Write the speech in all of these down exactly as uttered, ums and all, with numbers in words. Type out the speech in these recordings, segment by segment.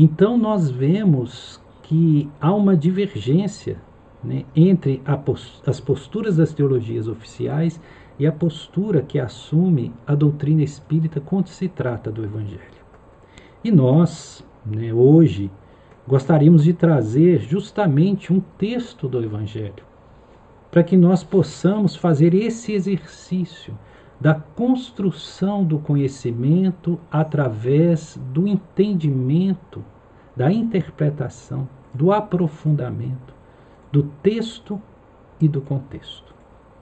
Então nós vemos que há uma divergência, né, entre a pos- as posturas das teologias oficiais e a postura que assume a doutrina espírita quando se trata do Evangelho. E nós, né, hoje, gostaríamos de trazer justamente um texto do Evangelho, para que nós possamos fazer esse exercício da construção do conhecimento através do entendimento, da interpretação, do aprofundamento do texto e do contexto.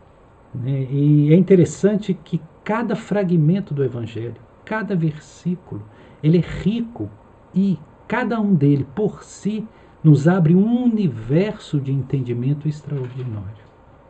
E é interessante que cada fragmento do Evangelho, cada versículo, ele é rico e cada um dele, por si, nos abre um universo de entendimento extraordinário.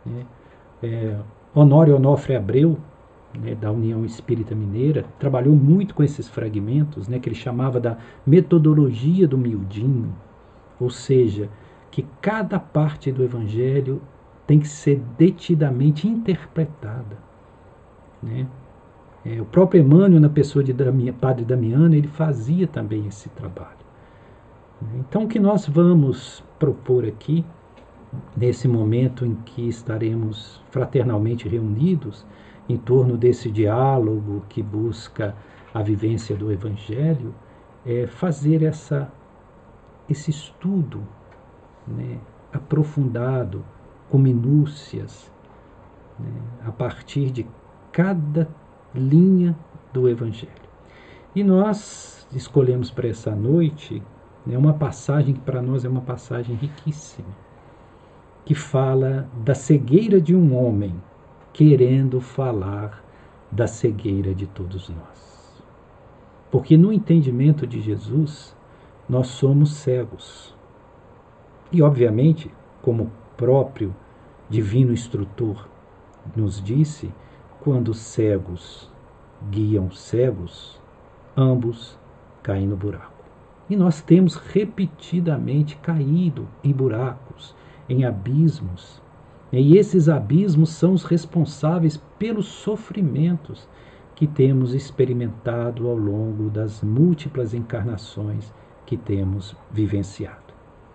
É, Honório Onofre Abreu, né, da União Espírita Mineira, trabalhou muito com esses fragmentos, né, que ele chamava da metodologia do miudinho, ou seja, que cada parte do Evangelho tem que ser detidamente interpretada, né? É, o próprio Emmanuel, na pessoa de Dami, Padre Damiano, ele fazia também esse trabalho. Então, o que nós vamos propor aqui, nesse momento em que estaremos fraternalmente reunidos em torno desse diálogo que busca a vivência do Evangelho, é fazer essa, esse estudo, né, aprofundado, com minúcias, né, a partir de cada linha do Evangelho. E nós escolhemos para essa noite, né, uma passagem que para nós é uma passagem riquíssima, que fala da cegueira de um homem querendo falar da cegueira de todos nós. Porque no entendimento de Jesus, nós somos cegos. E, obviamente, como o próprio divino instrutor nos disse, quando cegos guiam cegos, ambos caem no buraco. E nós temos repetidamente caído em buracos, em abismos. E esses abismos são os responsáveis pelos sofrimentos que temos experimentado ao longo das múltiplas encarnações que temos vivenciado.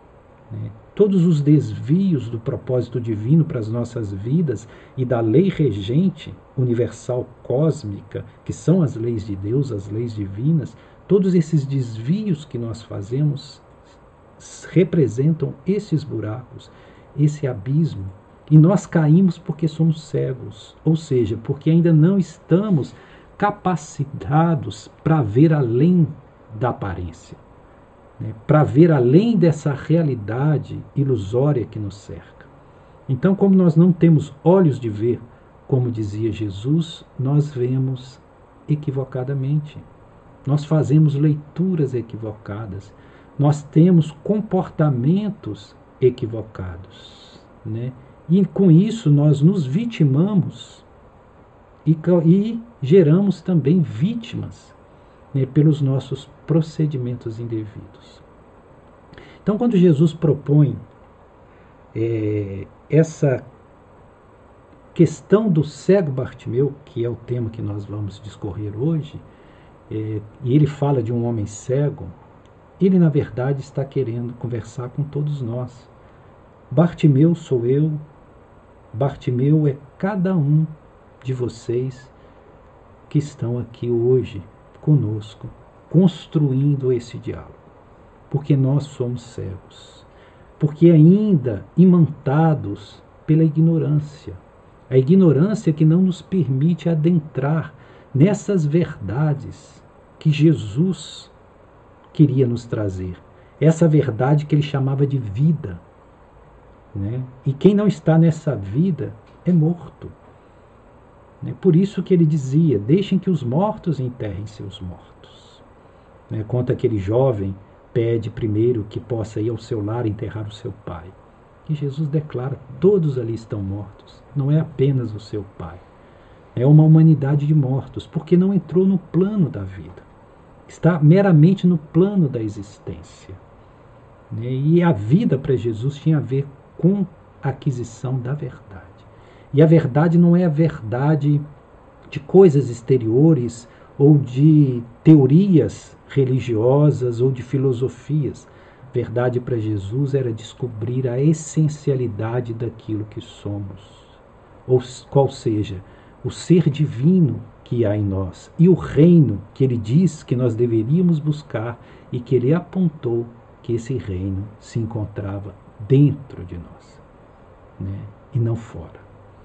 Todos os desvios do propósito divino para as nossas vidas e da lei regente universal cósmica, que são as leis de Deus, as leis divinas, todos esses desvios que nós fazemos representam esses buracos, esse abismo. E nós caímos porque somos cegos, ou seja, porque ainda não estamos capacitados para ver além da aparência, né, para ver além dessa realidade ilusória que nos cerca. Então, como nós não temos olhos de ver, como dizia Jesus, nós vemos equivocadamente. Nós fazemos leituras equivocadas. Nós temos comportamentos equivocados, né? E com isso nós nos vitimamos e, e geramos também vítimas, né, pelos nossos procedimentos indevidos. Então, quando Jesus propõe é, essa questão do cego Bartimeu, que é o tema que nós vamos discorrer hoje, é, e ele fala de um homem cego, ele na verdade está querendo conversar com todos nós. Bartimeu sou eu, Bartimeu é cada um de vocês que estão aqui hoje conosco, construindo esse diálogo. Porque nós somos cegos. Porque ainda imantados pela ignorância. A ignorância que não nos permite adentrar nessas verdades que Jesus queria nos trazer. Essa verdade que ele chamava de vida. Né? E quem não está nessa vida é morto. Né? Por isso que ele dizia, deixem que os mortos enterrem seus mortos. Né? Conta aquele jovem, pede primeiro que possa ir ao seu lar enterrar o seu pai. E Jesus declara, todos ali estão mortos, não é apenas o seu pai. É uma humanidade de mortos, porque não entrou no plano da vida. Está meramente no plano da existência. Né? E a vida para Jesus tinha a ver com a aquisição da verdade. E a verdade não é a verdade de coisas exteriores ou de teorias religiosas ou de filosofias. Verdade para Jesus era descobrir a essencialidade daquilo que somos, ou qual seja, o ser divino que há em nós e o reino que ele diz que nós deveríamos buscar e que ele apontou que esse reino se encontrava dentro de nós, né? E não fora.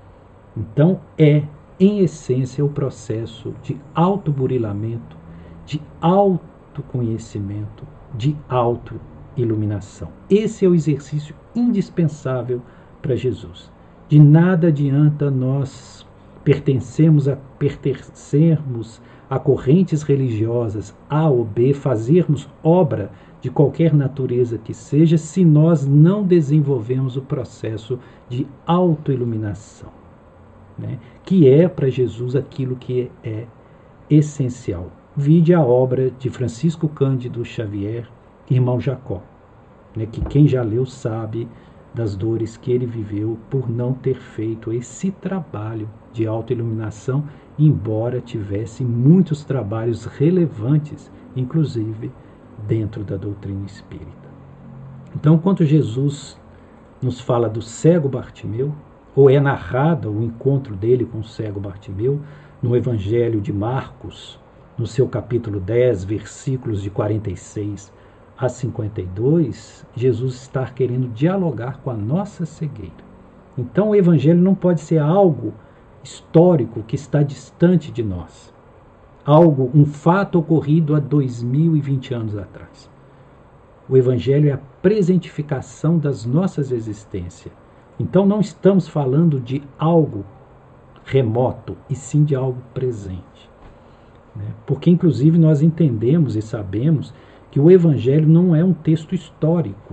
Então é, em essência, o processo de autoburilamento, de autoconhecimento, de autoiluminação. Esse é o exercício indispensável para Jesus. De nada adianta nós pertencermos a, pertencermos a correntes religiosas A ou B, fazermos obra de qualquer natureza que seja, se nós não desenvolvemos o processo de autoiluminação, né? Que é para Jesus aquilo que é, é essencial. Vide a obra de Francisco Cândido Xavier, Irmão Jacó, né? Que quem já leu sabe das dores que ele viveu por não ter feito esse trabalho de autoiluminação, embora tivesse muitos trabalhos relevantes, inclusive dentro da doutrina espírita. Então, quando Jesus nos fala do cego Bartimeu, ou é narrado o encontro dele com o cego Bartimeu, no Evangelho de Marcos, no seu capítulo dez, versículos de quarenta e seis a cinquenta e dois, Jesus está querendo dialogar com a nossa cegueira. Então o Evangelho não pode ser algo histórico que está distante de nós, algo, um fato ocorrido há dois mil e vinte anos atrás. O Evangelho é a presentificação das nossas existências. Então não estamos falando de algo remoto, e sim de algo presente, né? Porque inclusive nós entendemos e sabemos que o Evangelho não é um texto histórico,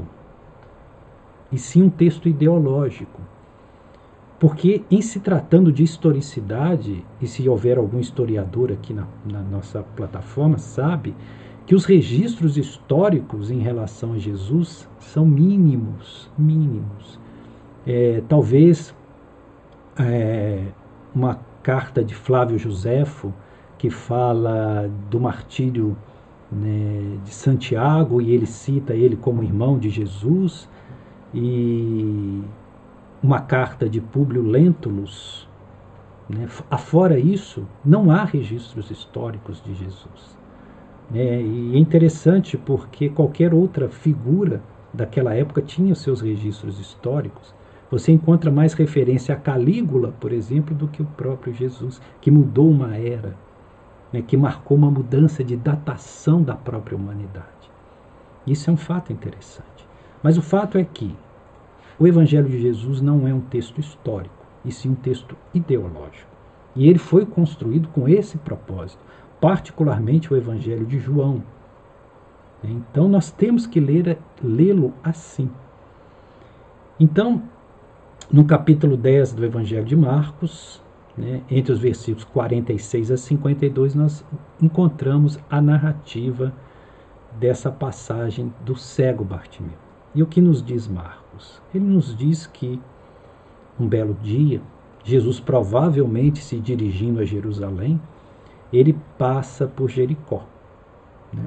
e sim um texto ideológico. Porque em se tratando de historicidade, e se houver algum historiador aqui na, na nossa plataforma, sabe que os registros históricos em relação a Jesus são mínimos, mínimos. É, talvez é, uma carta de Flávio Josefo que fala do martírio, né, de Santiago, e ele cita ele como irmão de Jesus, e uma carta de Públio Lentulus, né? Afora isso, não há registros históricos de Jesus. É, e é interessante porque qualquer outra figura daquela época tinha seus registros históricos. Você encontra mais referência a Calígula, por exemplo, do que o próprio Jesus, que mudou uma era, né, que marcou uma mudança de datação da própria humanidade. Isso é um fato interessante. Mas o fato é que o Evangelho de Jesus não é um texto histórico, e sim um texto ideológico. E ele foi construído com esse propósito, particularmente o Evangelho de João. Então nós temos que ler, lê-lo assim. Então, no capítulo dez do Evangelho de Marcos, né, entre os versículos quarenta e seis a cinquenta e dois, nós encontramos a narrativa dessa passagem do cego Bartimeu. E o que nos diz Marcos? Ele nos diz que, um belo dia, Jesus, provavelmente se dirigindo a Jerusalém, ele passa por Jericó, né?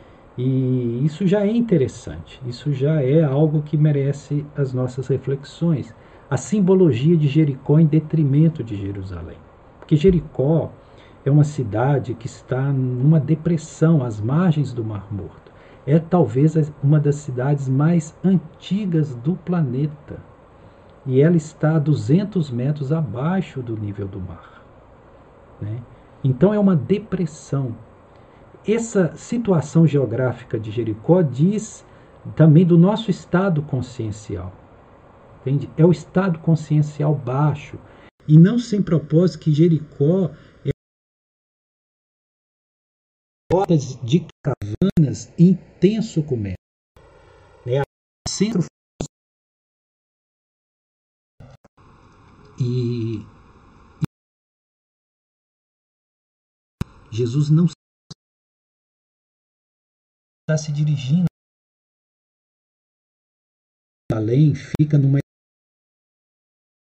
E isso já é interessante, isso já é algo que merece as nossas reflexões. A simbologia de Jericó em detrimento de Jerusalém. Porque Jericó é uma cidade que está numa depressão às margens do Mar Morto. É talvez uma das cidades mais antigas do planeta. E ela está a duzentos metros abaixo do nível do mar, né? Então é uma depressão. Essa situação geográfica de Jericó diz também do nosso estado consciencial. Entende? É o estado consciencial baixo. E não sem propósito que Jericó é rotas de caravanas e intenso comércio. É o centro. E Jesus não está se dirigindo além, fica numa,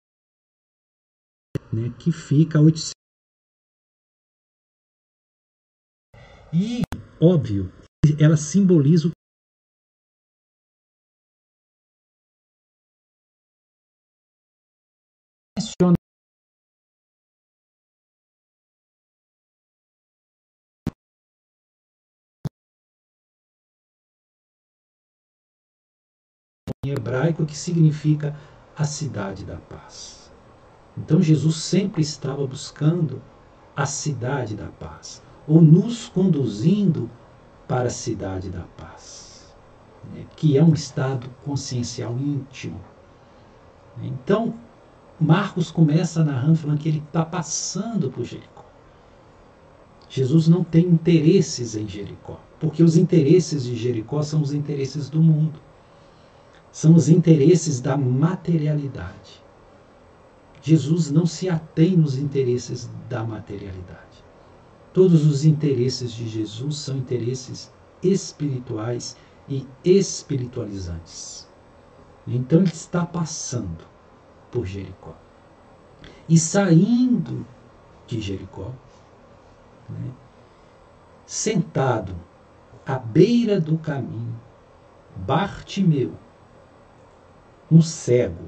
né, que fica a oitocentos E, óbvio, ela simboliza o em hebraico, que significa a cidade da paz. Então Jesus sempre estava buscando a cidade da paz, ou nos conduzindo para a cidade da paz, né, que é um estado consciencial íntimo. Então, Marcos começa narrando, falando que ele está passando por Jericó. Jesus não tem interesses em Jericó, porque os interesses de Jericó são os interesses do mundo. São os interesses da materialidade. Jesus não se atém nos interesses da materialidade. Todos os interesses de Jesus são interesses espirituais e espiritualizantes. Então ele está passando por Jericó. E saindo de Jericó, né, sentado à beira do caminho, Bartimeu, um cego,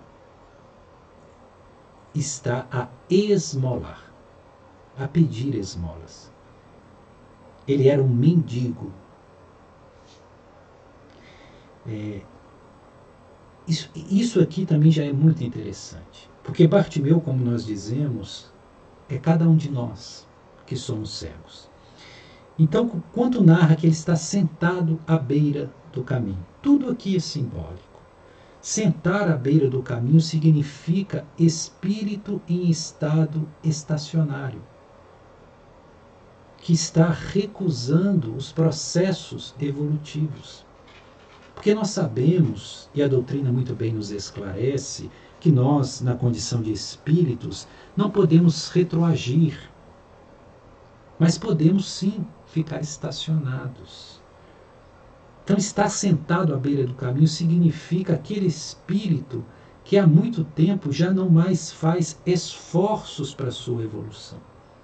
está a esmolar, a pedir esmolas. Ele era um mendigo. É, isso, isso aqui também já é muito interessante, porque Bartimeu, como nós dizemos, é cada um de nós que somos cegos. Então, quando narra que ele está sentado à beira do caminho, tudo aqui é simbólico. Sentar à beira do caminho significa espírito em estado estacionário, que está recusando os processos evolutivos. Porque nós sabemos, e a doutrina muito bem nos esclarece, que nós, na condição de espíritos, não podemos retroagir, mas podemos sim ficar estacionados. Então, estar sentado à beira do caminho significa aquele espírito que há muito tempo já não mais faz esforços para a sua evolução.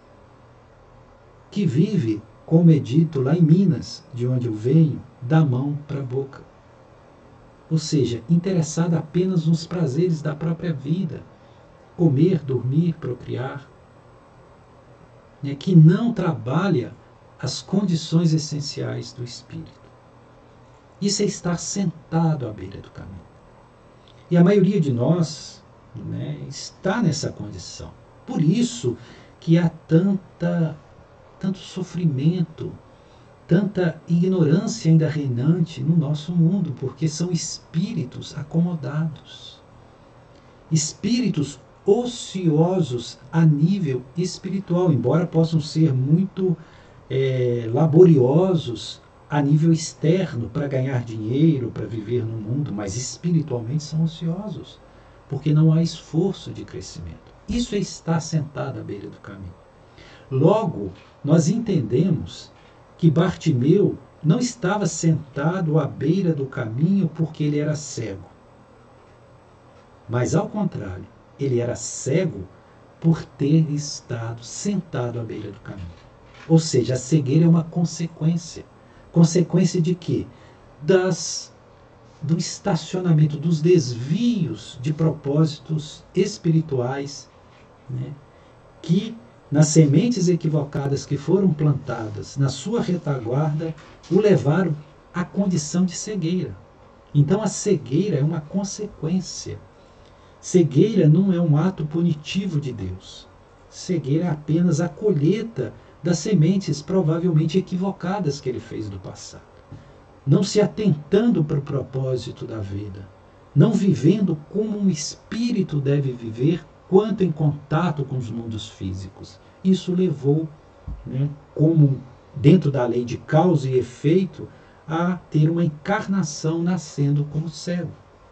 Que vive, como é dito lá em Minas, de onde eu venho, da mão para a boca. Ou seja, interessado apenas nos prazeres da própria vida, comer, dormir, procriar, né, que não trabalha as condições essenciais do espírito. Isso é estar sentado à beira do caminho. E a maioria de nós, né, está nessa condição. Por isso que há tanta, tanto sofrimento, tanta ignorância ainda reinante no nosso mundo, porque são espíritos acomodados. Espíritos ociosos a nível espiritual, embora possam ser muito é, laboriosos a nível externo para ganhar dinheiro, para viver no mundo, mas espiritualmente são ociosos, porque não há esforço de crescimento. Isso é estar sentado à beira do caminho. Logo, nós entendemos que Bartimeu não estava sentado à beira do caminho porque ele era cego. Mas, ao contrário, ele era cego por ter estado sentado à beira do caminho. Ou seja, a cegueira é uma consequência. Consequência de quê? Das, do estacionamento, dos desvios de propósitos espirituais, né, que, nas sementes equivocadas que foram plantadas na sua retaguarda, o levaram à condição de cegueira. Então, a cegueira é uma consequência. Cegueira não é um ato punitivo de Deus. Cegueira é apenas a colheita das sementes provavelmente equivocadas que ele fez do passado. Não se atentando para o propósito da vida. Não vivendo como um espírito deve viver quanto em contato com os mundos físicos. Isso levou, né, como dentro da lei de causa e efeito, a ter uma encarnação nascendo como cego.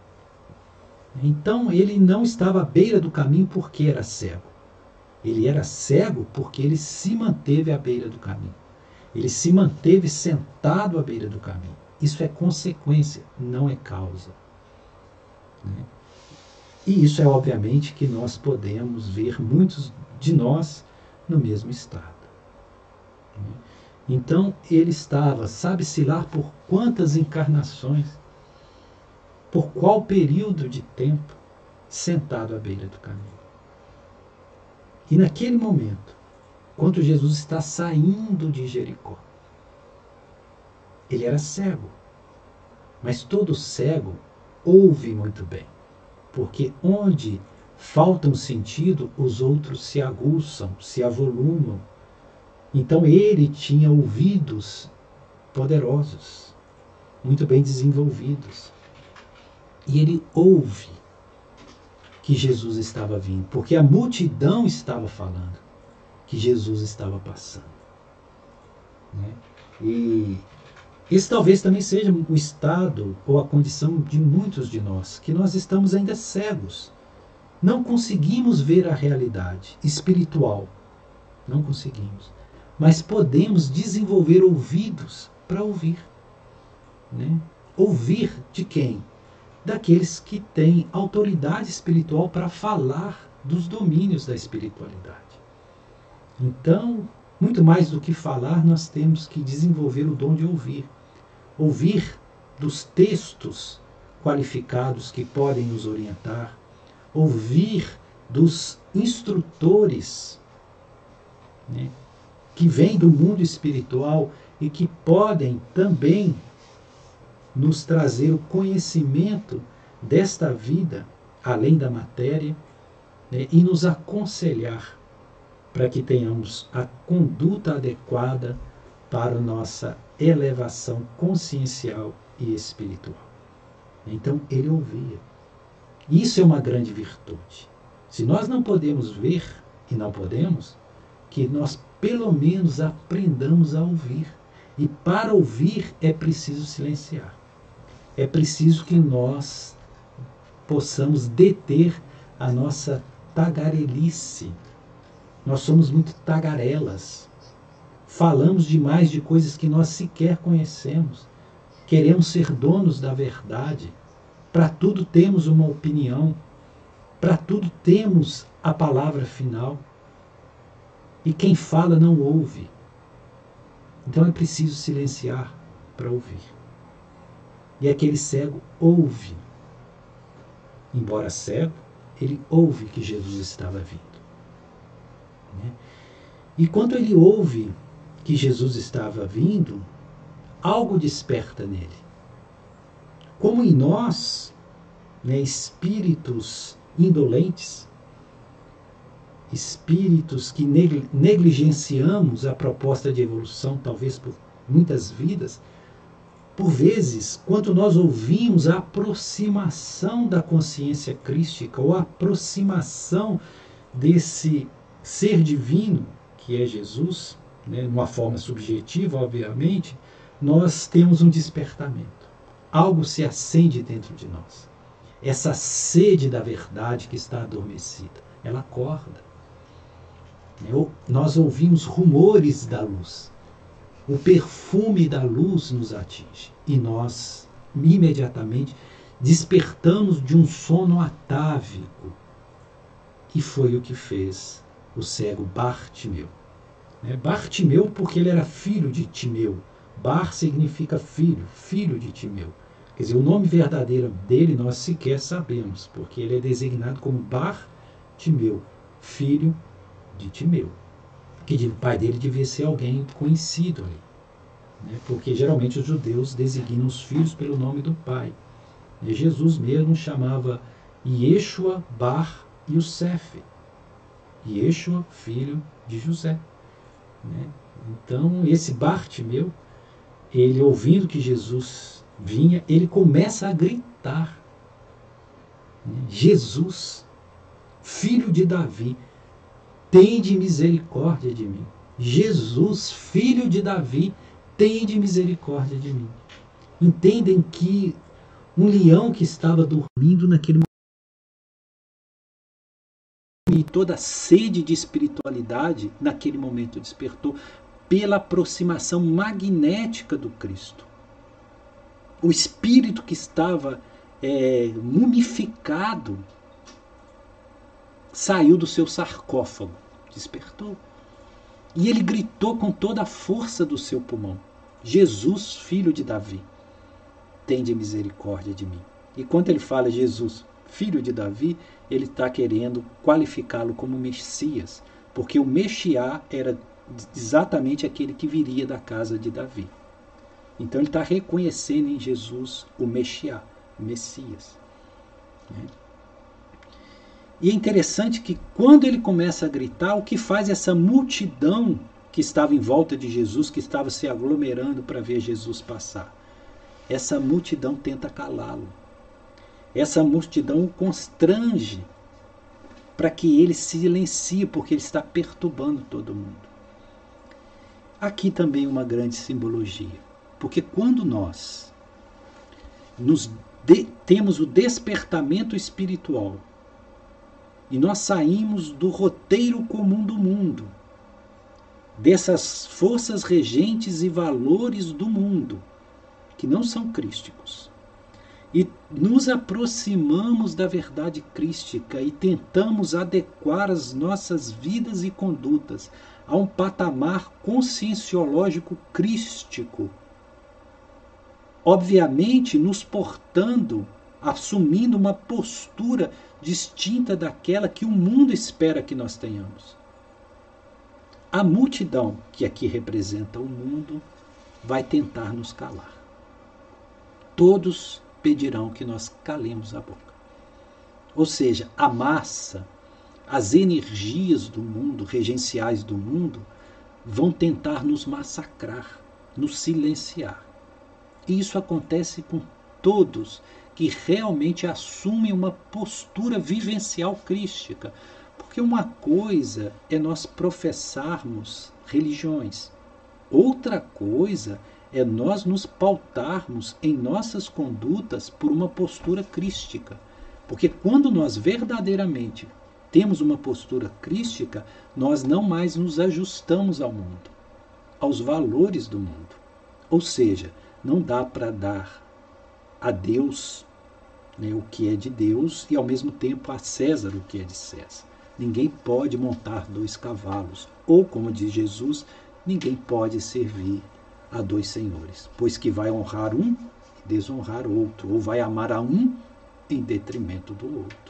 Então ele não estava à beira do caminho porque era cego. Ele era cego porque ele se manteve à beira do caminho. Ele se manteve sentado à beira do caminho. Isso é consequência, não é causa. Né? E isso é obviamente que nós podemos ver muitos de nós no mesmo estado. Né? Então ele estava, sabe-se lá por quantas encarnações, por qual período de tempo, sentado à beira do caminho. E naquele momento, quando Jesus está saindo de Jericó, ele era cego, mas todo cego ouve muito bem, porque onde falta um sentido, os outros se aguçam, se avolumam. Então ele tinha ouvidos poderosos, muito bem desenvolvidos. E ele ouve que Jesus estava vindo, porque a multidão estava falando que Jesus estava passando. Né? E esse talvez também seja o estado ou a condição de muitos de nós, que nós estamos ainda cegos. Não conseguimos ver a realidade espiritual. Não conseguimos. Mas podemos desenvolver ouvidos para ouvir. Né? Ouvir de quem? Daqueles que têm autoridade espiritual para falar dos domínios da espiritualidade. Então, muito mais do que falar, nós temos que desenvolver o dom de ouvir. Ouvir dos textos qualificados que podem nos orientar, ouvir dos instrutores, né, que vêm do mundo espiritual e que podem também nos trazer o conhecimento desta vida, além da matéria, né, e nos aconselhar para que tenhamos a conduta adequada para a nossa elevação consciencial e espiritual. Então ele ouvia. Isso é uma grande virtude. Se nós não podemos ver, e não podemos, que nós pelo menos aprendamos a ouvir. E para ouvir é preciso silenciar. É preciso que nós possamos deter a nossa tagarelice. Nós somos muito tagarelas. Falamos demais de coisas que nós sequer conhecemos. Queremos ser donos da verdade. Para tudo temos uma opinião. Para tudo temos a palavra final. E quem fala não ouve. Então é preciso silenciar para ouvir. E aquele cego ouve. Embora cego, ele ouve que Jesus estava vindo. Né? E quando ele ouve que Jesus estava vindo, algo desperta nele. Como em nós, né, espíritos indolentes, espíritos que negligenciamos a proposta de evolução, talvez por muitas vidas, por vezes, quando nós ouvimos a aproximação da consciência crística, ou a aproximação desse ser divino, que é Jesus, né, numa forma subjetiva, obviamente, nós temos um despertamento. Algo se acende dentro de nós. Essa sede da verdade que está adormecida, ela acorda. Nós ouvimos rumores da luz. O perfume da luz nos atinge. E nós, imediatamente, despertamos de um sono atávico. E foi o que fez o cego Bartimeu. Bartimeu porque ele era filho de Timeu. Bar significa filho, filho de Timeu. Quer dizer, o nome verdadeiro dele nós sequer sabemos, porque ele é designado como Bartimeu, filho de Timeu. Que o pai dele devia ser alguém conhecido ali. Né? Porque geralmente os judeus designam os filhos pelo nome do pai. E Jesus mesmo chamava Yeshua Bar Yosef. Yeshua, filho de José. Né? Então, esse Bartimeu, ele ouvindo que Jesus vinha, ele começa a gritar. Né? Jesus, filho de Davi, tende misericórdia de mim. Jesus, filho de Davi, tende misericórdia de mim. Entendem que um leão que estava dormindo naquele momento, e toda a sede de espiritualidade naquele momento despertou pela aproximação magnética do Cristo. O espírito que estava é, mumificado saiu do seu sarcófago, despertou. E ele gritou com toda a força do seu pulmão: Jesus, filho de Davi, tende misericórdia de mim. E quando ele fala Jesus, filho de Davi, ele está querendo qualificá-lo como Messias, porque o Mexiá era exatamente aquele que viria da casa de Davi. Então ele está reconhecendo em Jesus o Mexiá, o Messias. E é interessante que quando ele começa a gritar, o que faz essa multidão que estava em volta de Jesus, que estava se aglomerando para ver Jesus passar, essa multidão tenta calá-lo. Essa multidão o constrange para que ele silencie, porque ele está perturbando todo mundo. Aqui também uma grande simbologia, porque quando nós nos de, temos o despertamento espiritual e nós saímos do roteiro comum do mundo, dessas forças regentes e valores do mundo, que não são crísticos, e nos aproximamos da verdade crística e tentamos adequar as nossas vidas e condutas a um patamar conscienciológico crístico, obviamente nos portando, assumindo uma postura distinta daquela que o mundo espera que nós tenhamos. A multidão, que aqui representa o mundo, vai tentar nos calar. Todos pedirão que nós calemos a boca. Ou seja, a massa, as energias do mundo, regenciais do mundo, vão tentar nos massacrar, nos silenciar. E isso acontece com todos que realmente assumem uma postura vivencial crística. Porque uma coisa é nós professarmos religiões, outra coisa é nós nos pautarmos em nossas condutas por uma postura crística. Porque quando nós verdadeiramente temos uma postura crística, nós não mais nos ajustamos ao mundo, aos valores do mundo. Ou seja, não dá para dar a Deus, né, o que é de Deus, e ao mesmo tempo a César o que é de César. Ninguém pode montar dois cavalos, ou, como diz Jesus, ninguém pode servir a dois senhores, pois que vai honrar um e desonrar outro, ou vai amar a um em detrimento do outro.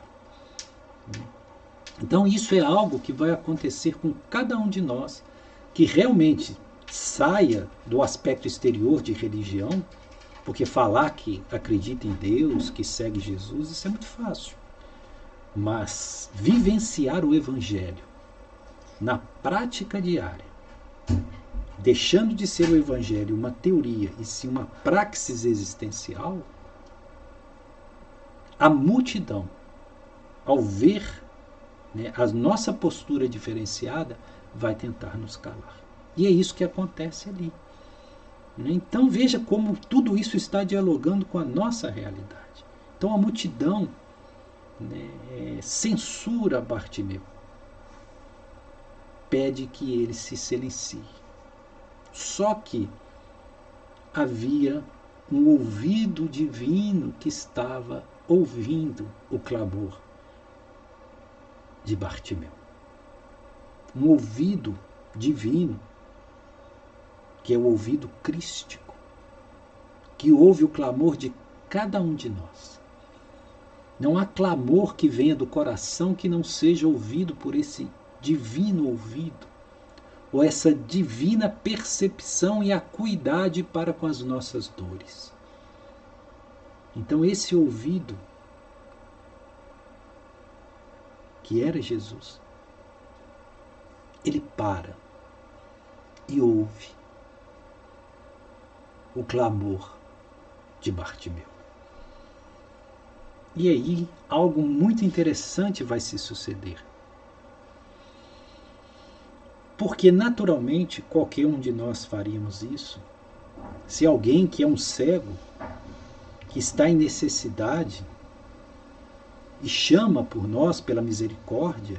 Então isso é algo que vai acontecer com cada um de nós, que realmente saia do aspecto exterior de religião, porque falar que acredita em Deus, que segue Jesus, isso é muito fácil. Mas vivenciar o Evangelho na prática diária, deixando de ser o Evangelho uma teoria e sim uma praxis existencial, a multidão, ao ver, né, a nossa postura diferenciada, vai tentar nos calar. E é isso que acontece ali. Então veja como tudo isso está dialogando com a nossa realidade. Então a multidão, né, censura Bartimeu, pede que ele se silencie. Só que havia um ouvido divino que estava ouvindo o clamor de Bartimeu. Um ouvido divino, que é o ouvido crístico, que ouve o clamor de cada um de nós. Não há clamor que venha do coração que não seja ouvido por esse divino ouvido, ou essa divina percepção e acuidade para com as nossas dores. Então esse ouvido, que era Jesus, ele para e ouve o clamor de Bartimeu. E aí algo muito interessante vai se suceder. Porque naturalmente qualquer um de nós faríamos isso. Se alguém que é um cego, que está em necessidade e chama por nós pela misericórdia,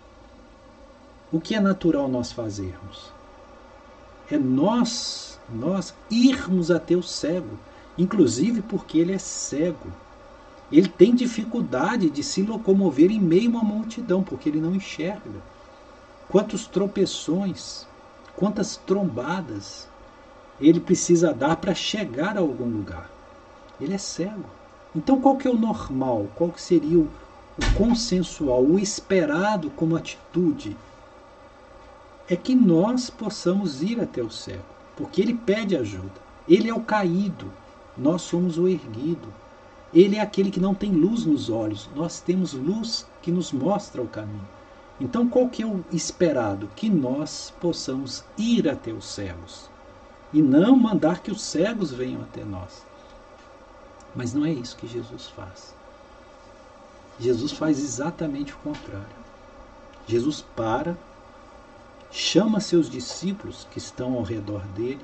o que é natural nós fazermos? É nós, nós irmos até o cego, inclusive porque ele é cego. Ele tem dificuldade de se locomover em meio a uma multidão, porque ele não enxerga. Quantos tropeções quantas trombadas ele precisa dar para chegar a algum lugar. Ele é cego. Então qual que é o normal? Qual que seria o, o consensual, o esperado como atitude? É que nós possamos ir até o cego, porque ele pede ajuda. Ele é o caído, nós somos o erguido. Ele é aquele que não tem luz nos olhos, nós temos luz que nos mostra o caminho. Então qual que é o esperado? Que nós possamos ir até os cegos e não mandar que os cegos venham até nós. Mas não é isso que Jesus faz. Jesus faz exatamente o contrário. Jesus para, chama seus discípulos que estão ao redor dele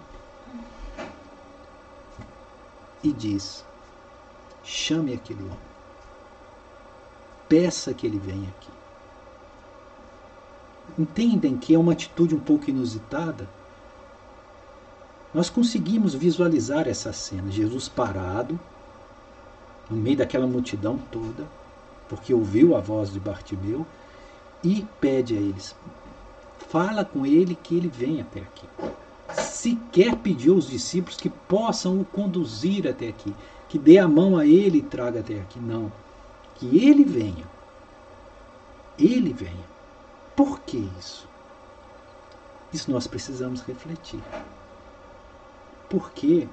e diz: chame aquele homem, peça que ele venha aqui. Entendem que é uma atitude um pouco inusitada? Nós conseguimos visualizar essa cena, Jesus parado, no meio daquela multidão toda, porque ouviu a voz de Bartimeu, e pede a eles, fala com ele que ele venha até aqui. Sequer pediu aos discípulos que possam o conduzir até aqui, que dê a mão a ele e traga até aqui. Não, que ele venha. Ele venha. Por que isso? Isso nós precisamos refletir. Porque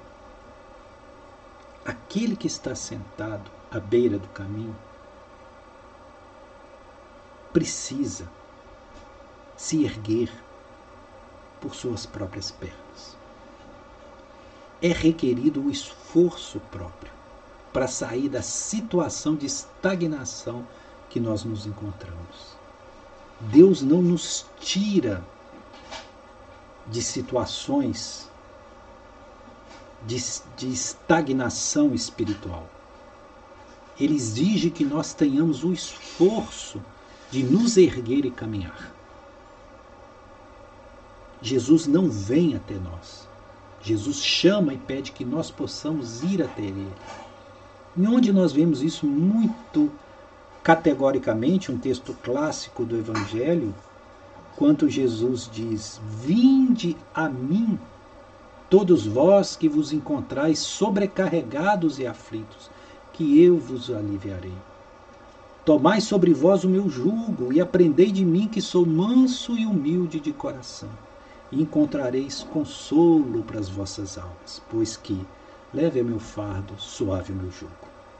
aquele que está sentado à beira do caminho precisa se erguer por suas próprias pernas. É requerido o esforço próprio para sair da situação de estagnação que nós nos encontramos. Deus não nos tira de situações de, de estagnação espiritual. Ele exige que nós tenhamos o esforço de nos erguer e caminhar. Jesus não vem até nós. Jesus chama e pede que nós possamos ir até ele. E onde nós vemos isso muito categoricamente, um texto clássico do Evangelho, quando Jesus diz: vinde a mim, todos vós que vos encontrais sobrecarregados e aflitos, que eu vos aliviarei. Tomai sobre vós o meu jugo e aprendei de mim, que sou manso e humilde de coração, e encontrareis consolo para as vossas almas, pois que leve é meu fardo, suave o meu jugo.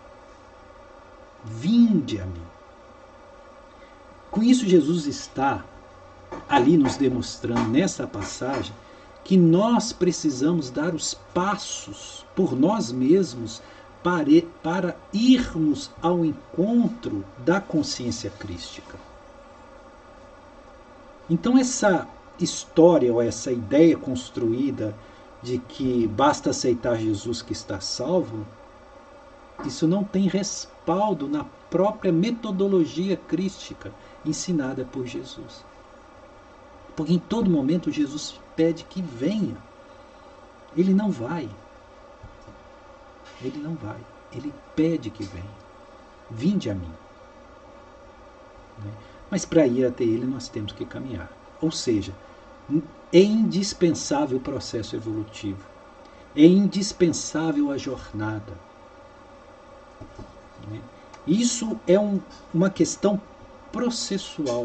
Vinde a mim. Com isso, Jesus está ali nos demonstrando, nessa passagem, que nós precisamos dar os passos por nós mesmos para, para irmos ao encontro da consciência crística. Então, essa história ou essa ideia construída de que basta aceitar Jesus que está salvo, isso não tem respaldo na própria metodologia crística ensinada por Jesus. Porque em todo momento Jesus pede que venha. Ele não vai. Ele não vai. Ele pede que venha. Vinde a mim. Mas para ir até ele nós temos que caminhar. Ou seja, é indispensável o processo evolutivo. É indispensável a jornada. Isso é um, uma questão processual.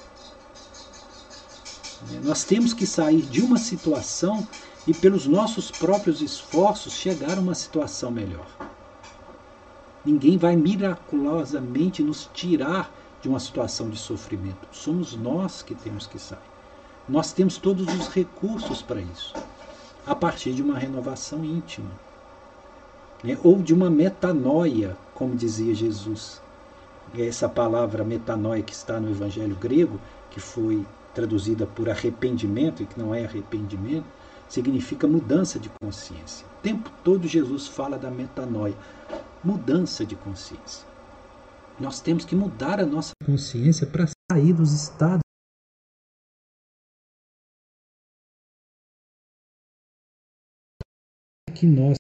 Nós temos que sair de uma situação e, pelos nossos próprios esforços, chegar a uma situação melhor. Ninguém vai miraculosamente nos tirar de uma situação de sofrimento. Somos nós que temos que sair. Nós temos todos os recursos para isso, a partir de uma renovação íntima, né? Ou de uma metanoia, como dizia Jesus. Essa palavra metanoia que está no Evangelho grego, que foi traduzida por arrependimento, e que não é arrependimento, significa mudança de consciência. O tempo todo Jesus fala da metanoia, mudança de consciência. Nós temos que mudar a nossa consciência para sair dos estados que nós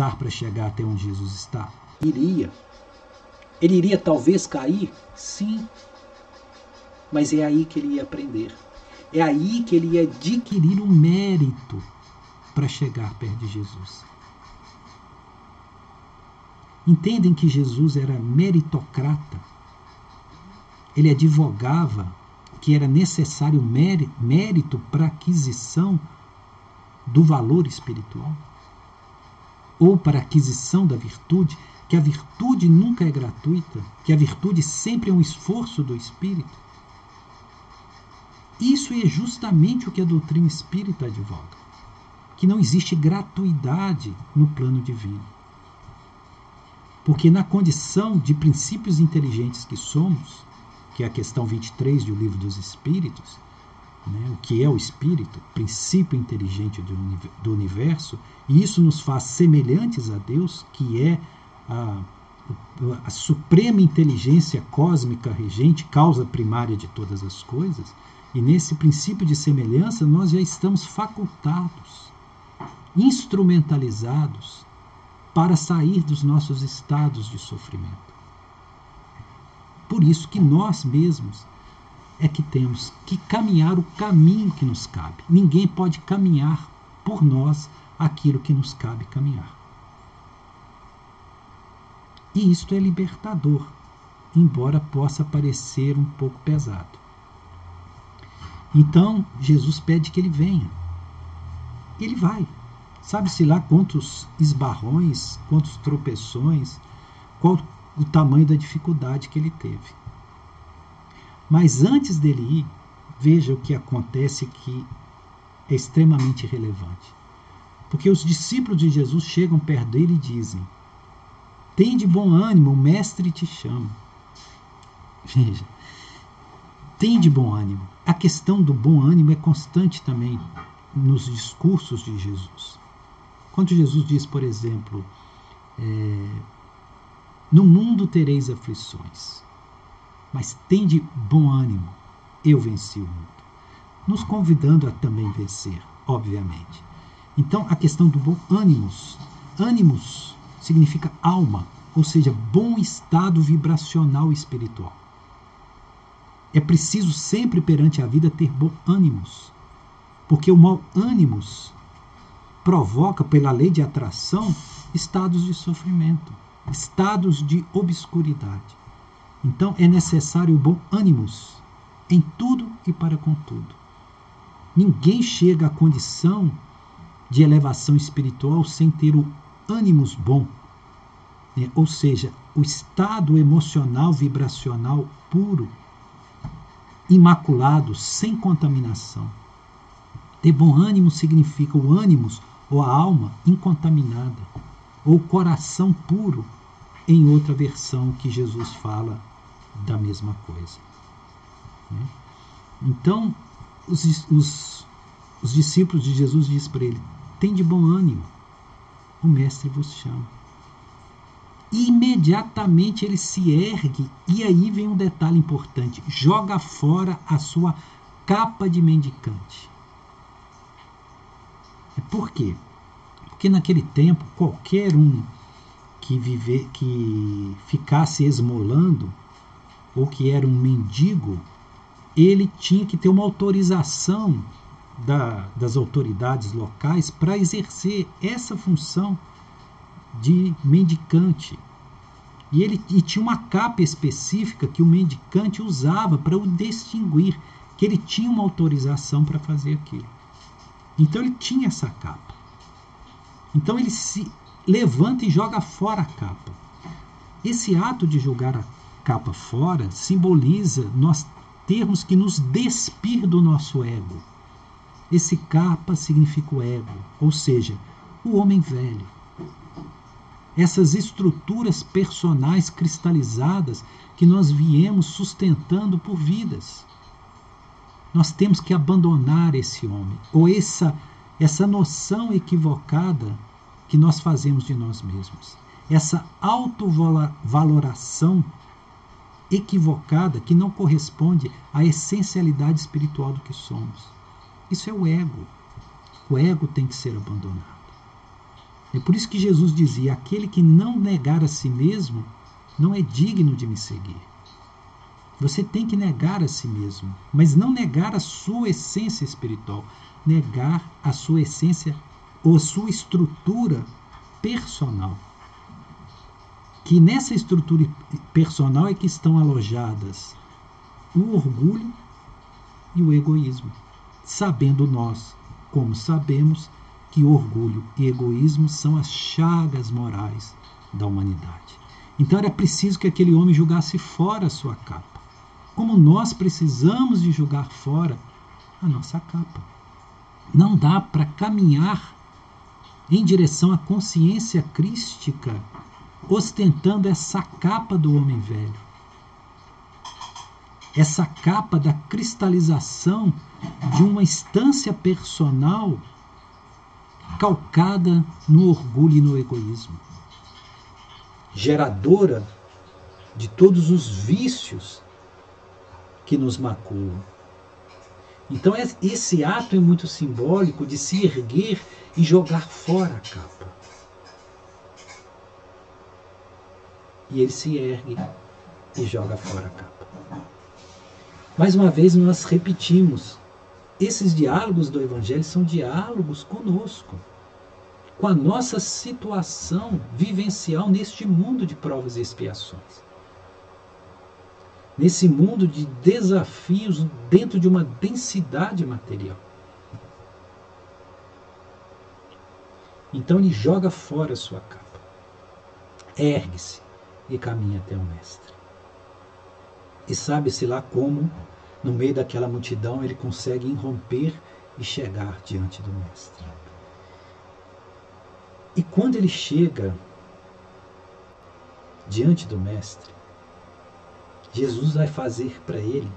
passar para chegar até onde Jesus está? Iria. Ele iria talvez cair? Sim. Mas é aí que ele ia aprender. É aí que ele ia adquirir o mérito para chegar perto de Jesus. Entendem que Jesus era meritocrata? Ele advogava que era necessário mérito para a aquisição do valor espiritual? Ou para a aquisição da virtude? Que a virtude nunca é gratuita, que a virtude sempre é um esforço do espírito. Isso é justamente o que a doutrina espírita advoga, que não existe gratuidade no plano divino. Porque na condição de princípios inteligentes que somos, que é a questão vinte e três do Livro dos Espíritos, né, o que é o espírito, princípio inteligente do universo, e isso nos faz semelhantes a Deus, que é a, a suprema inteligência cósmica regente, causa primária de todas as coisas, e nesse princípio de semelhança nós já estamos facultados, instrumentalizados para sair dos nossos estados de sofrimento. Por isso que nós mesmos é que temos que caminhar o caminho que nos cabe. Ninguém pode caminhar por nós aquilo que nos cabe caminhar. E isto é libertador, embora possa parecer um pouco pesado. Então, Jesus pede que ele venha. Ele vai. Sabe-se lá quantos esbarrões, quantos tropeções, qual o tamanho da dificuldade que ele teve. Mas antes dele ir, veja o que acontece que é extremamente relevante. Porque os discípulos de Jesus chegam perto dele e dizem: tem de bom ânimo, o mestre te chama. Veja, tem de bom ânimo. A questão do bom ânimo é constante também nos discursos de Jesus. Quando Jesus diz, por exemplo, é, no mundo tereis aflições, mas tende bom ânimo, eu venci o mundo. Nos convidando a também vencer, obviamente. Então, a questão do bom ânimos. Ânimos significa alma, ou seja, bom estado vibracional espiritual. É preciso sempre perante a vida ter bom ânimos, porque o mau ânimos provoca, pela lei de atração, estados de sofrimento, estados de obscuridade. Então é necessário o bom ânimos em tudo e para com tudo. Ninguém chega à condição de elevação espiritual sem ter o ânimos bom, né? Ou seja, o estado emocional vibracional puro, imaculado, sem contaminação. Ter bom ânimo significa o ânimos ou a alma incontaminada, ou o coração puro, em outra versão que Jesus fala da mesma coisa. Né? Então, os, os, os discípulos de Jesus dizem para ele: tem de bom ânimo, o mestre vos chama. E imediatamente ele se ergue, e aí vem um detalhe importante: joga fora a sua capa de mendicante. Por quê? Porque naquele tempo, qualquer um que, vive, que ficasse esmolando, ou que era um mendigo, ele tinha que ter uma autorização da, das autoridades locais para exercer essa função de mendicante. E ele e tinha uma capa específica que o mendicante usava para o distinguir, que ele tinha uma autorização para fazer aquilo. Então ele tinha essa capa. Então ele se levanta e joga fora a capa. Esse ato de jogar a capa fora simboliza nós termos que nos despir do nosso ego. Esse capa significa o ego, ou seja, o homem velho. Essas estruturas personais cristalizadas que nós viemos sustentando por vidas. Nós temos que abandonar esse homem, ou essa, essa noção equivocada que nós fazemos de nós mesmos. Essa autovaloração equivocada que não corresponde à essencialidade espiritual do que somos. Isso é o ego. O ego tem que ser abandonado. É por isso que Jesus dizia: aquele que não negar a si mesmo não é digno de me seguir. Você tem que negar a si mesmo, mas não negar a sua essência espiritual, negar a sua essência ou a sua estrutura personal. Que nessa estrutura personal é que estão alojadas o orgulho e o egoísmo. Sabendo nós, como sabemos, que orgulho e egoísmo são as chagas morais da humanidade. Então era preciso que aquele homem julgasse fora a sua capa, como nós precisamos de julgar fora a nossa capa. Não dá para caminhar em direção à consciência crística ostentando essa capa do homem velho, essa capa da cristalização de uma instância personal calcada no orgulho e no egoísmo, geradora de todos os vícios que nos maculam. Então esse ato é muito simbólico de se erguer e jogar fora a capa. E ele se ergue e joga fora a capa. Mais uma vez nós repetimos, esses diálogos do Evangelho são diálogos conosco, com a nossa situação vivencial neste mundo de provas e expiações. Nesse mundo de desafios dentro de uma densidade material. Então ele joga fora a sua capa, ergue-se e caminha até o Mestre. E sabe-se lá como, no meio daquela multidão, ele consegue irromper e chegar diante do Mestre. E quando ele chega diante do Mestre, Jesus vai fazer para ele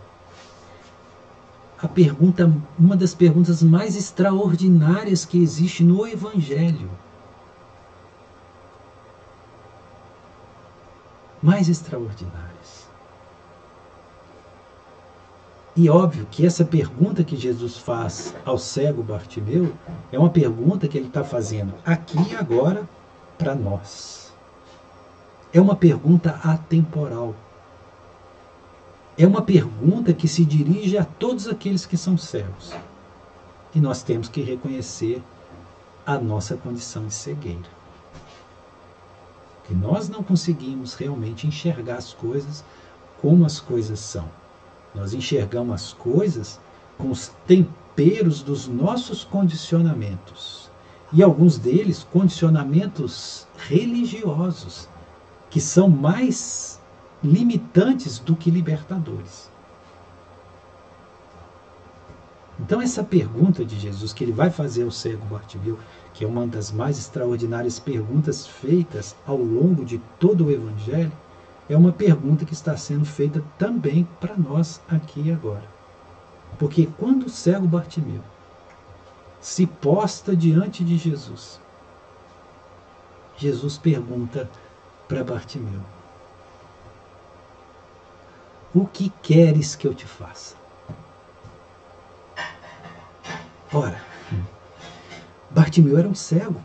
a pergunta, uma das perguntas mais extraordinárias que existe no Evangelho. Mais extraordinárias. E óbvio que essa pergunta que Jesus faz ao cego Bartimeu é uma pergunta que ele está fazendo aqui e agora para nós. É uma pergunta atemporal. É uma pergunta que se dirige a todos aqueles que são cegos. E nós temos que reconhecer a nossa condição de cegueira. Que nós não conseguimos realmente enxergar as coisas como as coisas são. Nós enxergamos as coisas com os temperos dos nossos condicionamentos. E alguns deles, condicionamentos religiosos, que são mais limitantes do que libertadores. Então essa pergunta de Jesus que ele vai fazer ao cego Bartimeu, que é uma das mais extraordinárias perguntas feitas ao longo de todo o Evangelho, é uma pergunta que está sendo feita também para nós aqui e agora. Porque quando o cego Bartimeu se posta diante de Jesus, Jesus pergunta para Bartimeu: o que queres que eu te faça? Ora, Bartimeu era um cego.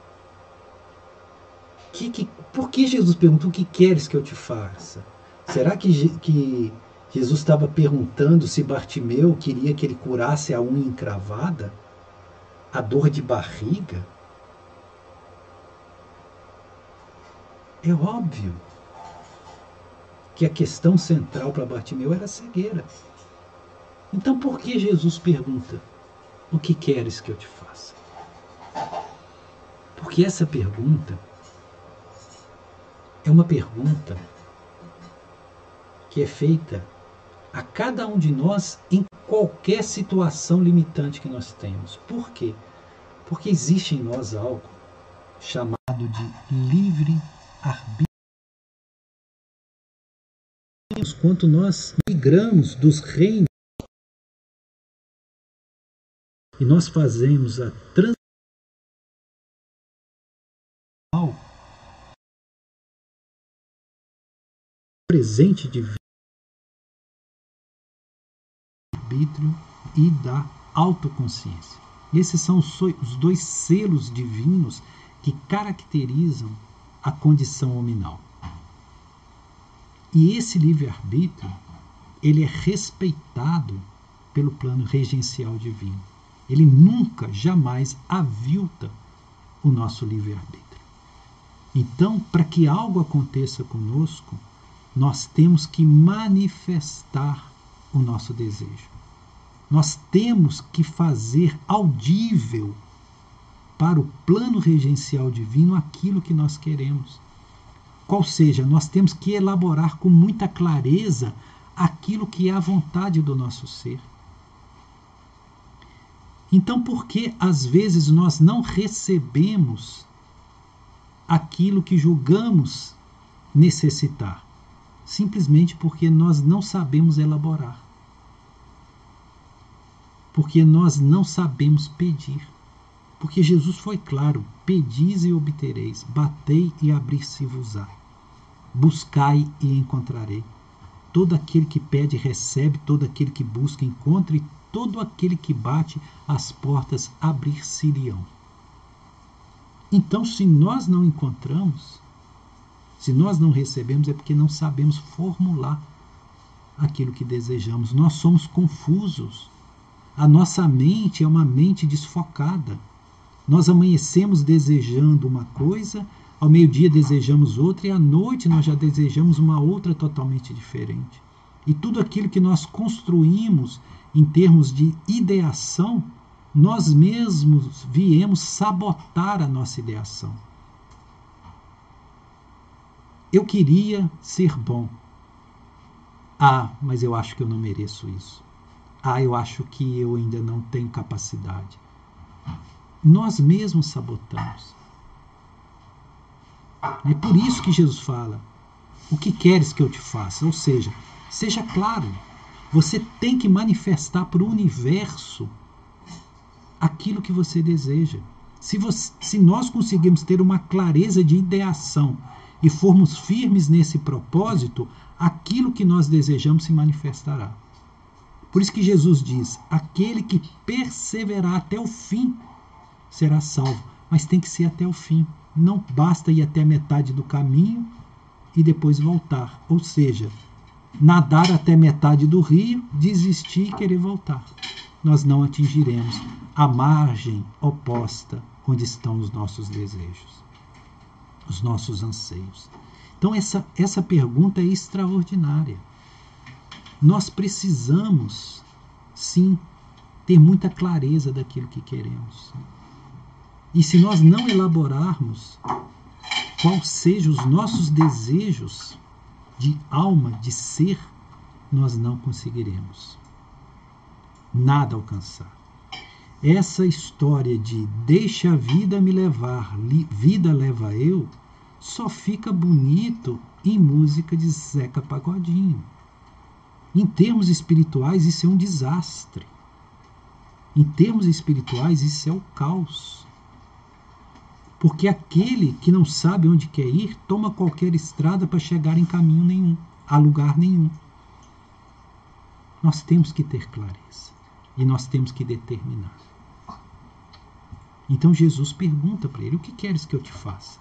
Que, que, por que Jesus perguntou: o que queres que eu te faça? Será que, que Jesus estava perguntando se Bartimeu queria que ele curasse a unha encravada? A dor de barriga? É óbvio que a questão central para Bartimeu era a cegueira. Então por que Jesus pergunta: o que queres que eu te faça? Porque essa pergunta é uma pergunta que é feita a cada um de nós em qualquer situação limitante que nós temos. Por quê? Porque existe em nós algo chamado de livre-arbítrio. Quanto nós migramos dos reinos e nós fazemos a transição presente de arbítrio e da autoconsciência. Esses são os dois selos divinos que caracterizam a condição hominal. E esse livre-arbítrio, ele é respeitado pelo plano regencial divino. Ele nunca, jamais avilta o nosso livre-arbítrio. Então, para que algo aconteça conosco, nós temos que manifestar o nosso desejo. Nós temos que fazer audível para o plano regencial divino aquilo que nós queremos. Qual seja, nós temos que elaborar com muita clareza aquilo que é a vontade do nosso ser. Então, por que às vezes nós não recebemos aquilo que julgamos necessitar? Simplesmente porque nós não sabemos elaborar. Porque nós não sabemos pedir. Porque Jesus foi claro: pedis e obtereis, batei e abrir-se-vos-á, buscai e encontrarei. Todo aquele que pede recebe, todo aquele que busca encontra, e todo aquele que bate, as portas abrir-se-lhe-ão. Então, se nós não encontramos, se nós não recebemos, é porque não sabemos formular aquilo que desejamos. Nós somos confusos. A nossa mente é uma mente desfocada. Nós amanhecemos desejando uma coisa, ao meio-dia desejamos outra, e à noite nós já desejamos uma outra totalmente diferente. E tudo aquilo que nós construímos em termos de ideação, nós mesmos viemos sabotar a nossa ideação. Eu queria ser bom. Ah, mas eu acho que eu não mereço isso. Ah, eu acho que eu ainda não tenho capacidade. Nós mesmos sabotamos. É por isso que Jesus fala: o que queres que eu te faça? Ou seja, seja claro, você tem que manifestar para o universo aquilo que você deseja. Se, você, se nós conseguirmos ter uma clareza de ideação e formos firmes nesse propósito, aquilo que nós desejamos se manifestará. Por isso que Jesus diz: aquele que perseverar até o fim será salvo. Mas tem que ser até o fim. Não basta ir até a metade do caminho e depois voltar. Ou seja, nadar até metade do rio, desistir e querer voltar. Nós não atingiremos a margem oposta onde estão os nossos desejos, os nossos anseios. Então essa, essa pergunta é extraordinária. Nós precisamos, sim, ter muita clareza daquilo que queremos. E se nós não elaborarmos quais sejam os nossos desejos de alma, de ser, nós não conseguiremos nada alcançar. Essa história de deixa a vida me levar, vida leva eu, só fica bonito em música de Zeca Pagodinho. Em termos espirituais, isso é um desastre. Em termos espirituais, isso é o caos. Porque aquele que não sabe onde quer ir, toma qualquer estrada para chegar em caminho nenhum, a lugar nenhum. Nós temos que ter clareza. E nós temos que determinar. Então Jesus pergunta para ele: o que queres que eu te faça?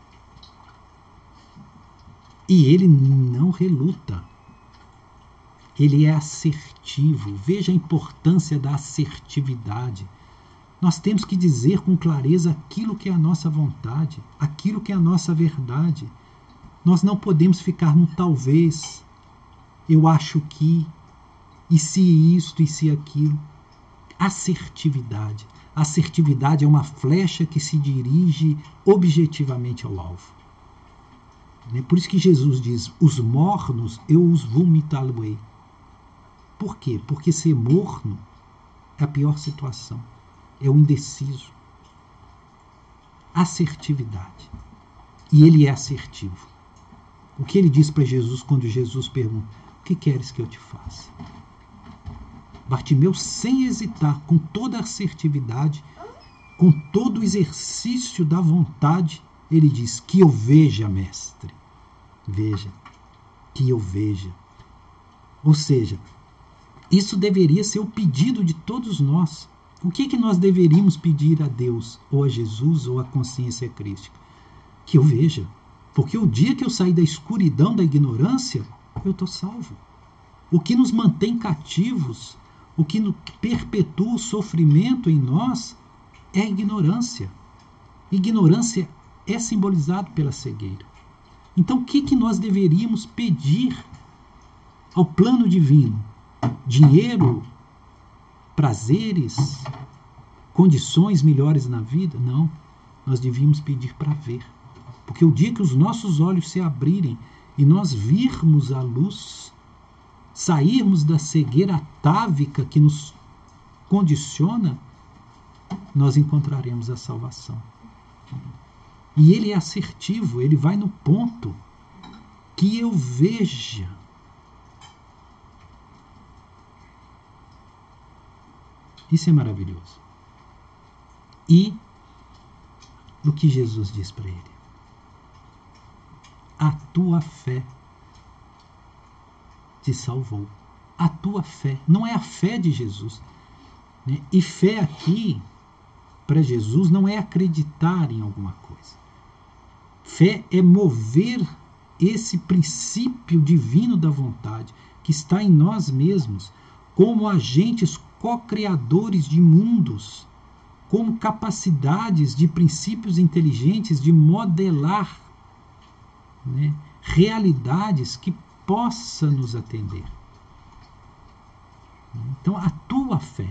E ele não reluta. Ele é assertivo. Veja a importância da assertividade. Nós temos que dizer com clareza aquilo que é a nossa vontade, aquilo que é a nossa verdade. Nós não podemos ficar no talvez, eu acho que, e se isto, e se aquilo. Assertividade. Assertividade é uma flecha que se dirige objetivamente ao alvo. Por isso que Jesus diz: os mornos eu os vomitá-lo-ei. Por quê? Porque ser morno é a pior situação. É o indeciso. Assertividade. E ele é assertivo. O que ele diz para Jesus quando Jesus pergunta: o que queres que eu te faça? Bartimeu, sem hesitar, com toda a assertividade, com todo o exercício da vontade, ele diz: que eu veja, mestre. Veja. Que eu veja. Ou seja, isso deveria ser o pedido de todos nós. O que, que nós deveríamos pedir a Deus, ou a Jesus, ou à consciência crística? Que eu veja. Porque o dia que eu sair da escuridão, da ignorância, eu estou salvo. O que nos mantém cativos, o que perpetua o sofrimento em nós, é a ignorância. Ignorância é simbolizado pela cegueira. Então, o que, que nós deveríamos pedir ao plano divino? Dinheiro, prazeres, condições melhores na vida? Não. Nós devíamos pedir para ver. Porque o dia que os nossos olhos se abrirem e nós virmos a luz, sairmos da cegueira atávica que nos condiciona, nós encontraremos a salvação. E ele é assertivo, ele vai no ponto. Que eu veja. Isso é maravilhoso. E o que Jesus diz para ele? A tua fé te salvou. A tua fé. Não é a fé de Jesus. Né? E fé aqui, para Jesus, não é acreditar em alguma coisa. Fé é mover esse princípio divino da vontade que está em nós mesmos, como agentes co-criadores de mundos, como capacidades de princípios inteligentes de modelar, né, realidades que possa nos atender. Então, a tua fé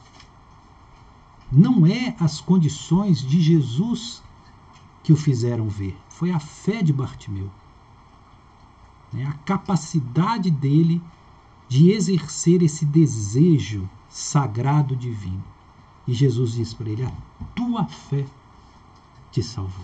não é as condições de Jesus que o fizeram ver, foi a fé de Bartimeu, né, a capacidade dele de exercer esse desejo sagrado divino. E Jesus diz para ele: a tua fé te salvou.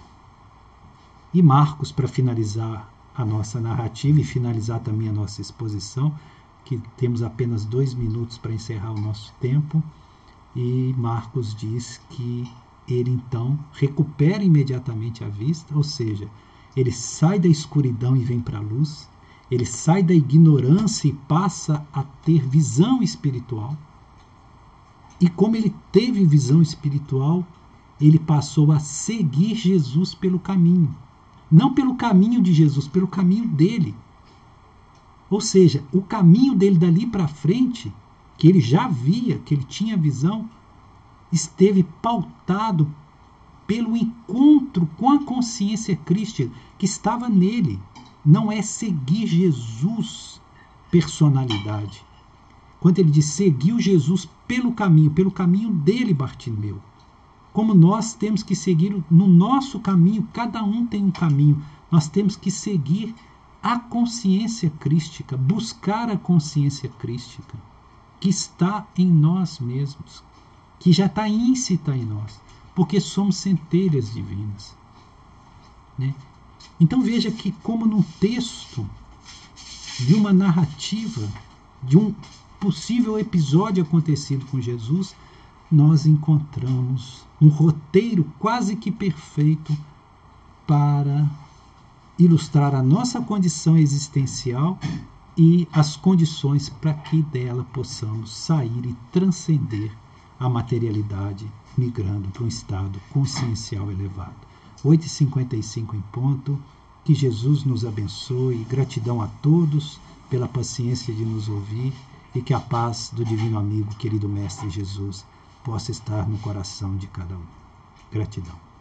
E Marcos, para finalizar a nossa narrativa e finalizar também a nossa exposição, que temos apenas dois minutos para encerrar o nosso tempo, e Marcos diz que ele então recupera imediatamente a vista, ou seja, ele sai da escuridão e vem para a luz, ele sai da ignorância e passa a ter visão espiritual. E como ele teve visão espiritual, ele passou a seguir Jesus pelo caminho. Não pelo caminho de Jesus, pelo caminho dele. Ou seja, o caminho dele dali para frente, que ele já via, que ele tinha visão, esteve pautado pelo encontro com a consciência crística que estava nele. Não é seguir Jesus, personalidade. Quando ele diz seguiu Jesus pelo caminho, pelo caminho dele, Bartimeu. Como nós temos que seguir no nosso caminho, cada um tem um caminho. Nós temos que seguir a consciência crística, buscar a consciência crística, que está em nós mesmos, que já está íncita em nós, porque somos centelhas divinas. Né? Então veja que como num texto de uma narrativa, de um possível episódio acontecido com Jesus, nós encontramos um roteiro quase que perfeito para ilustrar a nossa condição existencial e as condições para que dela possamos sair e transcender a materialidade, migrando para um estado consciencial elevado. oito e cinquenta e cinco em ponto. Que Jesus nos abençoe. Gratidão a todos pela paciência de nos ouvir e que a paz do divino amigo, querido Mestre Jesus, possa estar no coração de cada um. Gratidão.